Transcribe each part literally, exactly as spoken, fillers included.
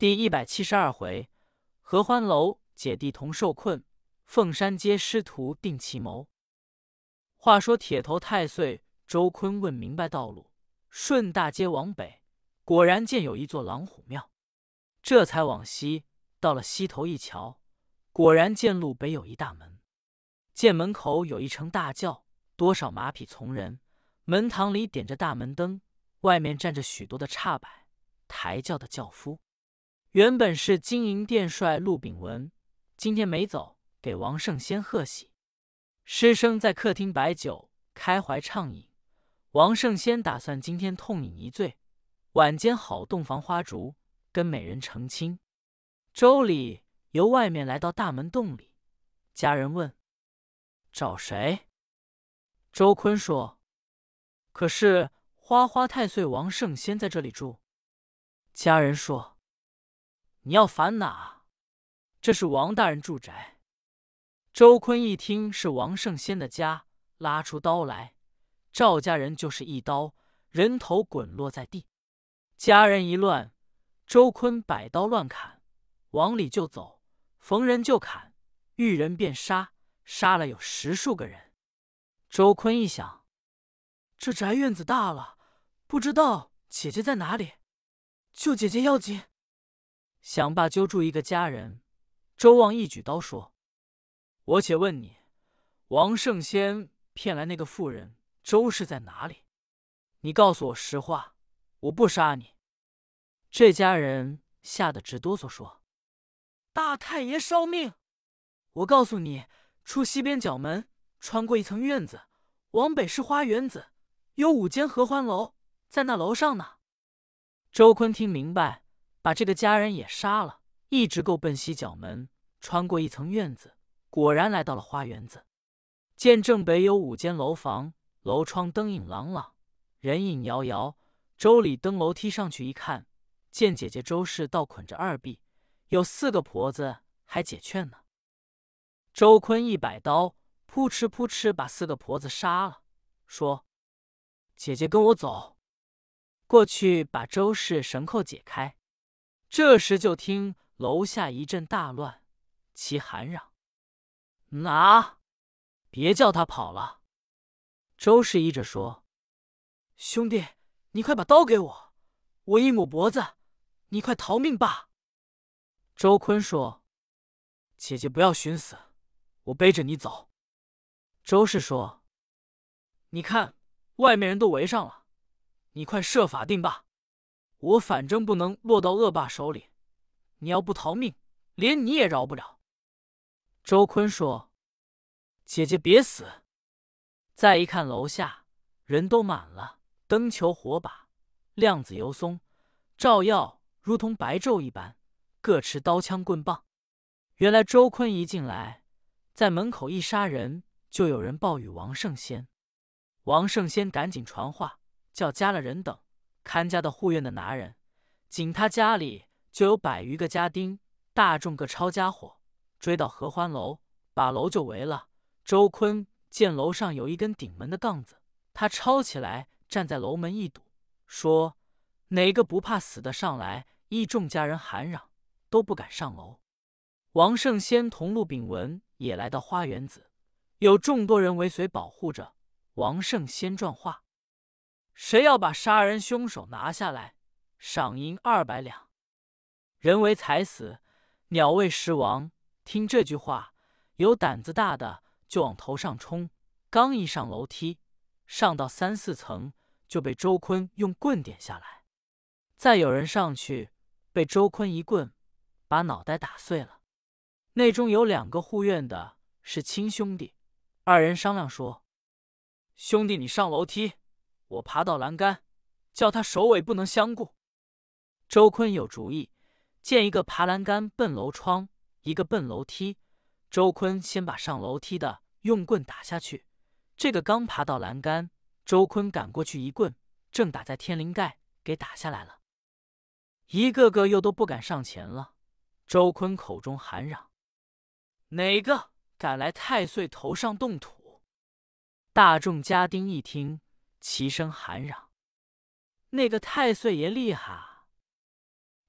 第一百七十二回，合欢楼姐弟同受困，凤山街师徒定奇谋。话说铁头太岁周坤问明白道路，顺大街往北，果然见有一座狼虎庙。这才往西，到了西头一瞧，果然见路北有一大门，见门口有一乘大轿，多少马匹从人，门堂里点着大门灯，外面站着许多的差摆抬轿的轿夫。原本是金银殿帅陆炳文，今天没走，给王圣先贺喜。师生在客厅摆酒，开怀畅饮。王圣先打算今天痛饮一醉，晚间好洞房花烛，跟美人成亲。周礼由外面来到大门洞里，家人问：“找谁？”周坤说：“可是花花太岁王圣先在这里住。”家人说：“你要烦哪？这是王大人住宅。”周坤一听是王圣先的家，拉出刀来，赵家人就是一刀，人头滚落在地。家人一乱，周坤摆刀乱砍，往里就走，逢人就砍，遇人便杀，杀了有十数个人。周坤一想，这宅院子大了，不知道姐姐在哪里，救姐姐要紧。想罢揪住一个家人，周望一举刀说：“我且问你，王圣先骗来那个妇人周氏在哪里？你告诉我实话，我不杀你。”这家人吓得直哆嗦说：“大太爷饶命！我告诉你，出西边角门，穿过一层院子，往北是花园子，有五间合欢楼，在那楼上呢。”周坤听明白，把这个家人也杀了，一直够奔西角门，穿过一层院子，果然来到了花园子。见正北有五间楼房，楼窗灯影朗朗，人影摇摇。周礼登楼梯上去一看，见姐姐周氏倒捆着二婢，有四个婆子还解劝呢。周坤一摆刀，扑哧扑哧把四个婆子杀了，说：“姐姐跟我走。”过去把周氏绳扣解开。这时就听楼下一阵大乱，其喊嚷：“拿！别叫他跑了！”周氏依着说：“兄弟，你快把刀给我，我一抹脖子，你快逃命吧。”周坤说：“姐姐不要寻死，我背着你走。”周氏说：“你看外面人都围上了，你快设法定吧，我反正不能落到恶霸手里，你要不逃命，连你也饶不了。”周坤说：“姐姐别死。”再一看楼下人都满了，灯球火把亮子油松，照耀如同白昼一般，各持刀枪棍棒。原来周坤一进来，在门口一杀人，就有人报与王圣先。王圣先赶紧传话，叫加了人等看家的护院的拿人，仅他家里就有百余个家丁，大众各抄家伙，追到合欢楼，把楼就围了。周坤见楼上有一根顶门的杠子，他抄起来站在楼门一堵，说：“哪个不怕死的上来！”一众家人喊嚷，都不敢上楼。王圣先同陆炳文也来到花园子，有众多人尾随保护着。王圣先传话：“谁要把杀人凶手拿下来，赏银二百两。人为财死，鸟为食亡。”听这句话，有胆子大的就往头上冲，刚一上楼梯，上到三四层，就被周坤用棍点下来。再有人上去，被周坤一棍把脑袋打碎了。内中有两个护院的是亲兄弟，二人商量说：“兄弟你上楼梯，我爬到栏杆，叫他首尾不能相顾。”周坤有主意，见一个爬栏杆奔楼窗，一个奔楼梯。周坤先把上楼梯的用棍打下去，这个刚爬到栏杆，周坤赶过去一棍，正打在天灵盖，给打下来了。一个个又都不敢上前了。周坤口中喊嚷：“哪个敢来太岁头上动土？”大众家丁一听，齐声喊嚷：“那个太岁爷厉害啊！”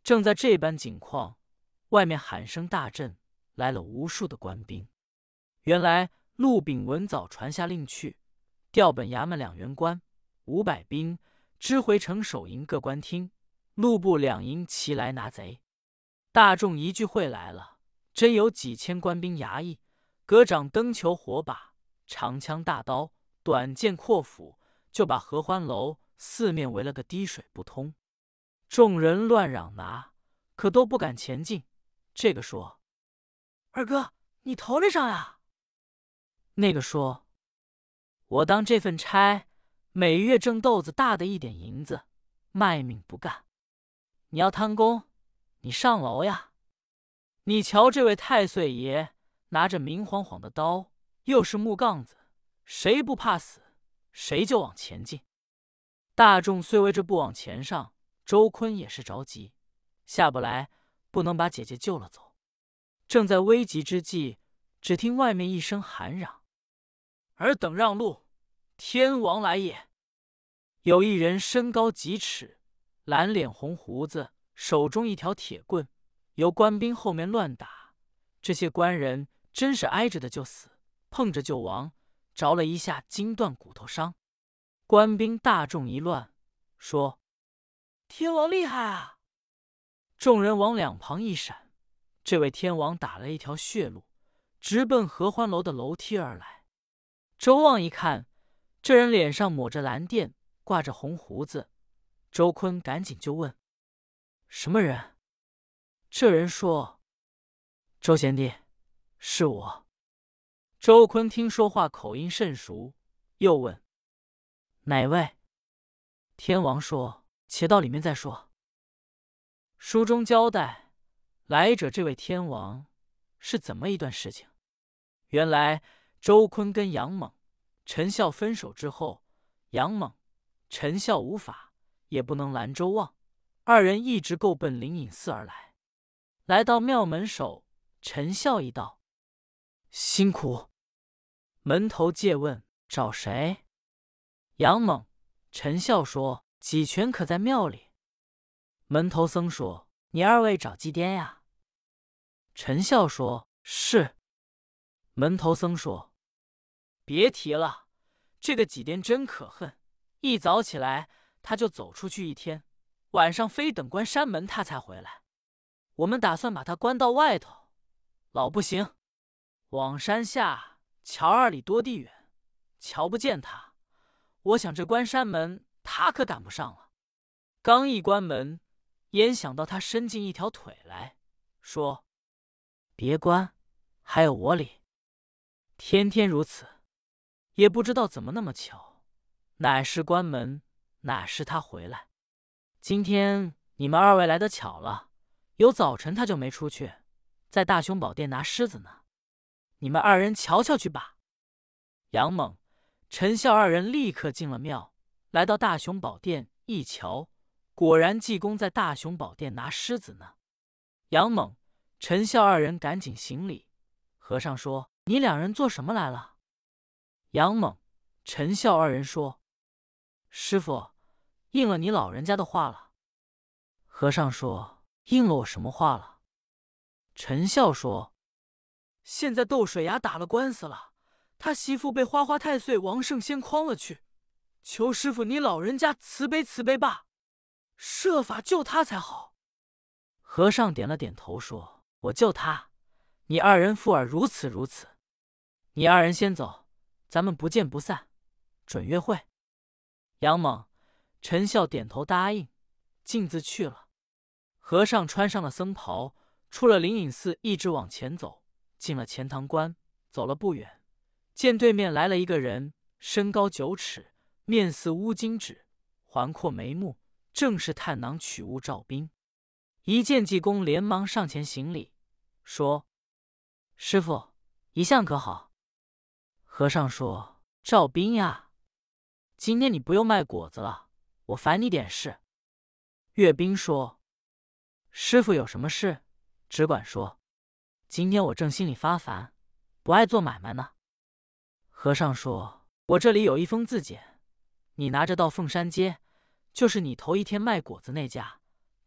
正在这般景况，外面喊声大震，来了无数的官兵。原来陆炳文早传下令去，调本衙门两员官、五百兵，支回城守营各官厅、路部两营齐来拿贼。大众一聚会来了，真有几千官兵衙役，各掌灯球火把、长枪大刀、短剑阔斧，就把合欢楼四面围了个滴水不通。众人乱嚷拿，可都不敢前进。这个说：“二哥，你头里上呀！”那个说：“我当这份差，每月挣豆子大的一点银子，卖命不干。你要贪功，你上楼呀！你瞧这位太岁爷拿着明晃晃的刀，又是木杠子，谁不怕死，谁就往前进。”大众虽为这不往前上，周坤也是着急，下不来，不能把姐姐救了走。正在危急之际，只听外面一声喊嚷：“尔等让路，天王来也！”有一人身高几尺，蓝脸红胡子，手中一条铁棍，由官兵后面乱打。这些官人真是挨着的就死，碰着就亡，着了一下筋断骨头伤。官兵大众一乱，说：“天王厉害啊！”众人往两旁一闪，这位天王打了一条血路，直奔合欢楼的楼梯而来。周望一看，这人脸上抹着蓝靛，挂着红胡子。周坤赶紧就问：“什么人？”这人说：“周贤弟，是我。”周坤听说话口音甚熟，又问：“哪位？”天王说：“且到里面再说。”书中交代，来者这位天王是怎么一段事情？原来周坤跟杨猛、陈孝分手之后，杨猛、陈孝无法，也不能拦周望，二人一直够奔灵隐寺而来。来到庙门首，陈孝一道：“辛苦。”门头借问：“找谁？”杨猛、陈孝说：“几拳可在庙里。”门头僧说：“你二位找祭奠呀？”陈孝说：“是。”门头僧说：“别提了，这个祭奠真可恨。一早起来，他就走出去一天，晚上非等关山门他才回来。我们打算把他关到外头，老不行，往山下瞧二里多地远，瞧不见他。我想这关山门他可赶不上了。刚一关门，焉想到他伸进一条腿来，说：‘别关，还有我理。’天天如此，也不知道怎么那么巧，哪是关门，哪是他回来。今天你们二位来得巧了，有早晨他就没出去，在大雄宝殿拿狮子呢。你们二人瞧瞧去吧。”杨猛、陈孝二人立刻进了庙，来到大雄宝殿一瞧，果然济公在大雄宝殿拿狮子呢。杨猛、陈孝二人赶紧行礼。和尚说：“你两人做什么来了？”杨猛、陈孝二人说：“师父，应了你老人家的话了。”和尚说：“应了我什么话了？”陈孝说：“现在斗水崖打了官司了，他媳妇被花花太岁王圣仙诓了去，求师父你老人家慈悲慈悲吧，设法救他才好。”和尚点了点头说：“我救他，你二人附耳如此如此。你二人先走，咱们不见不散，准约会。”杨猛、陈孝点头答应，径自去了。和尚穿上了僧袍，出了灵隐寺，一直往前走，进了钱塘关，走了不远，见对面来了一个人，身高九尺，面似乌金纸，环阔眉目，正是探囊取物赵斌。一见济公，连忙上前行礼，说：“师父，一向可好？”和尚说：“赵斌呀，今天你不用卖果子了，我烦你点事。”岳斌说：“师父有什么事，只管说。今天我正心里发烦，不爱做买卖呢。”和尚说：“我这里有一封字简，你拿着到凤山街，就是你头一天卖果子那家，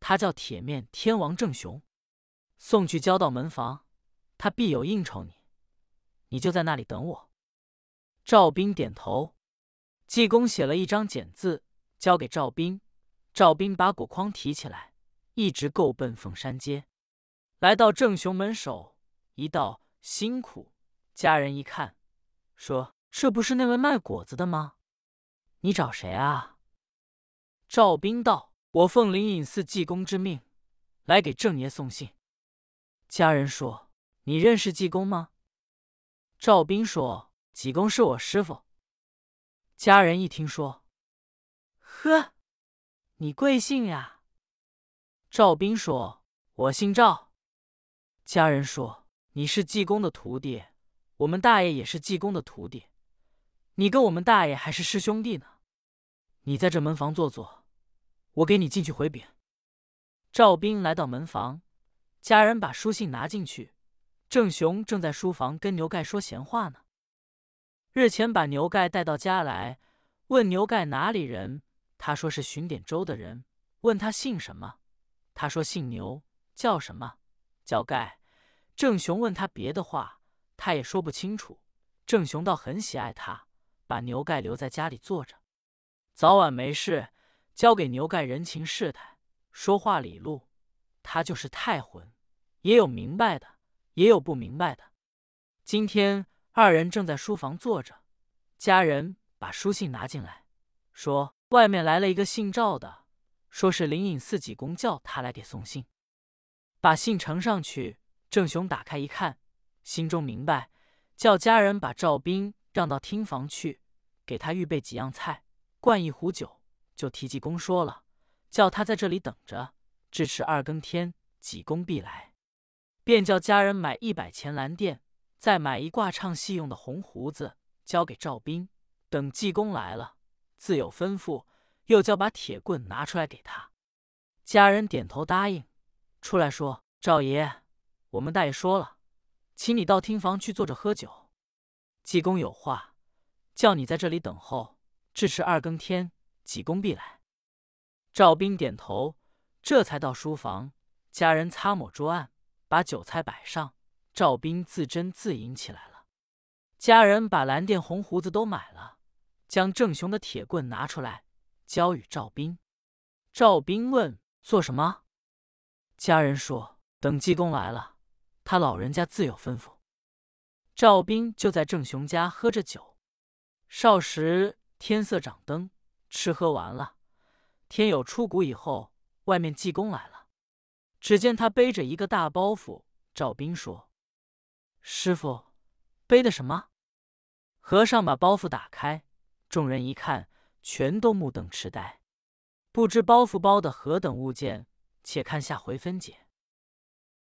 他叫铁面天王郑雄，送去交到门房，他必有应酬你，你就在那里等我。”赵斌点头。济公写了一张简字，交给赵斌。赵斌把果筐提起来，一直够奔凤山街。来到郑雄门首，一道辛苦。家人一看，说：“这不是那位卖果子的吗？你找谁啊？”赵斌道：“我奉灵隐寺济公之命，来给郑爷送信。”家人说：“你认识济公吗？”赵斌说：“济公是我师傅。”家人一听说：“呵，你贵姓呀？”赵斌说：“我姓赵。”家人说：“你是济公的徒弟，我们大爷也是济公的徒弟，你跟我们大爷还是师兄弟呢。你在这门房坐坐，我给你进去回禀。”赵斌来到门房，家人把书信拿进去，郑雄正在书房跟牛盖说闲话呢。日前把牛盖带到家来，问牛盖哪里人，他说是巡点州的人，问他姓什么，他说姓牛，叫什么，叫盖。郑雄问他别的话，他也说不清楚。郑雄倒很喜爱他，把牛盖留在家里坐着，早晚没事，教给牛盖人情世态，说话理路。他就是太混，也有明白的，也有不明白的。今天二人正在书房坐着，家人把书信拿进来，说外面来了一个姓赵的，说是灵隐寺济公叫他来给送信。把信呈上去，郑雄打开一看，心中明白，叫家人把赵斌让到厅房去，给他预备几样菜，灌一壶酒，就提济公说了，叫他在这里等着，至迟二更天，济公必来。便叫家人买一百钱蓝靛，再买一挂唱戏用的红胡子，交给赵斌。等济公来了，自有吩咐，又叫把铁棍拿出来给他。家人点头答应，出来说：“赵爷，我们大爷说了，请你到厅房去坐着喝酒。济公有话，叫你在这里等候，至迟二更天，济公必来。”赵斌点头，这才到书房。家人擦抹桌案，把酒菜摆上，赵斌自斟自饮起来了。家人把蓝靛红胡子都买了，将郑雄的铁棍拿出来，交与赵斌。赵斌问：“做什么？”家人说：“等济公来了，他老人家自有吩咐。”赵斌就在郑雄家喝着酒。少时天色长灯，吃喝完了，天有出谷以后，外面济公来了。只见他背着一个大包袱。赵斌说：“师傅，背的什么？”和尚把包袱打开，众人一看，全都目瞪痴呆，不知包袱包的何等物件，且看下回分解。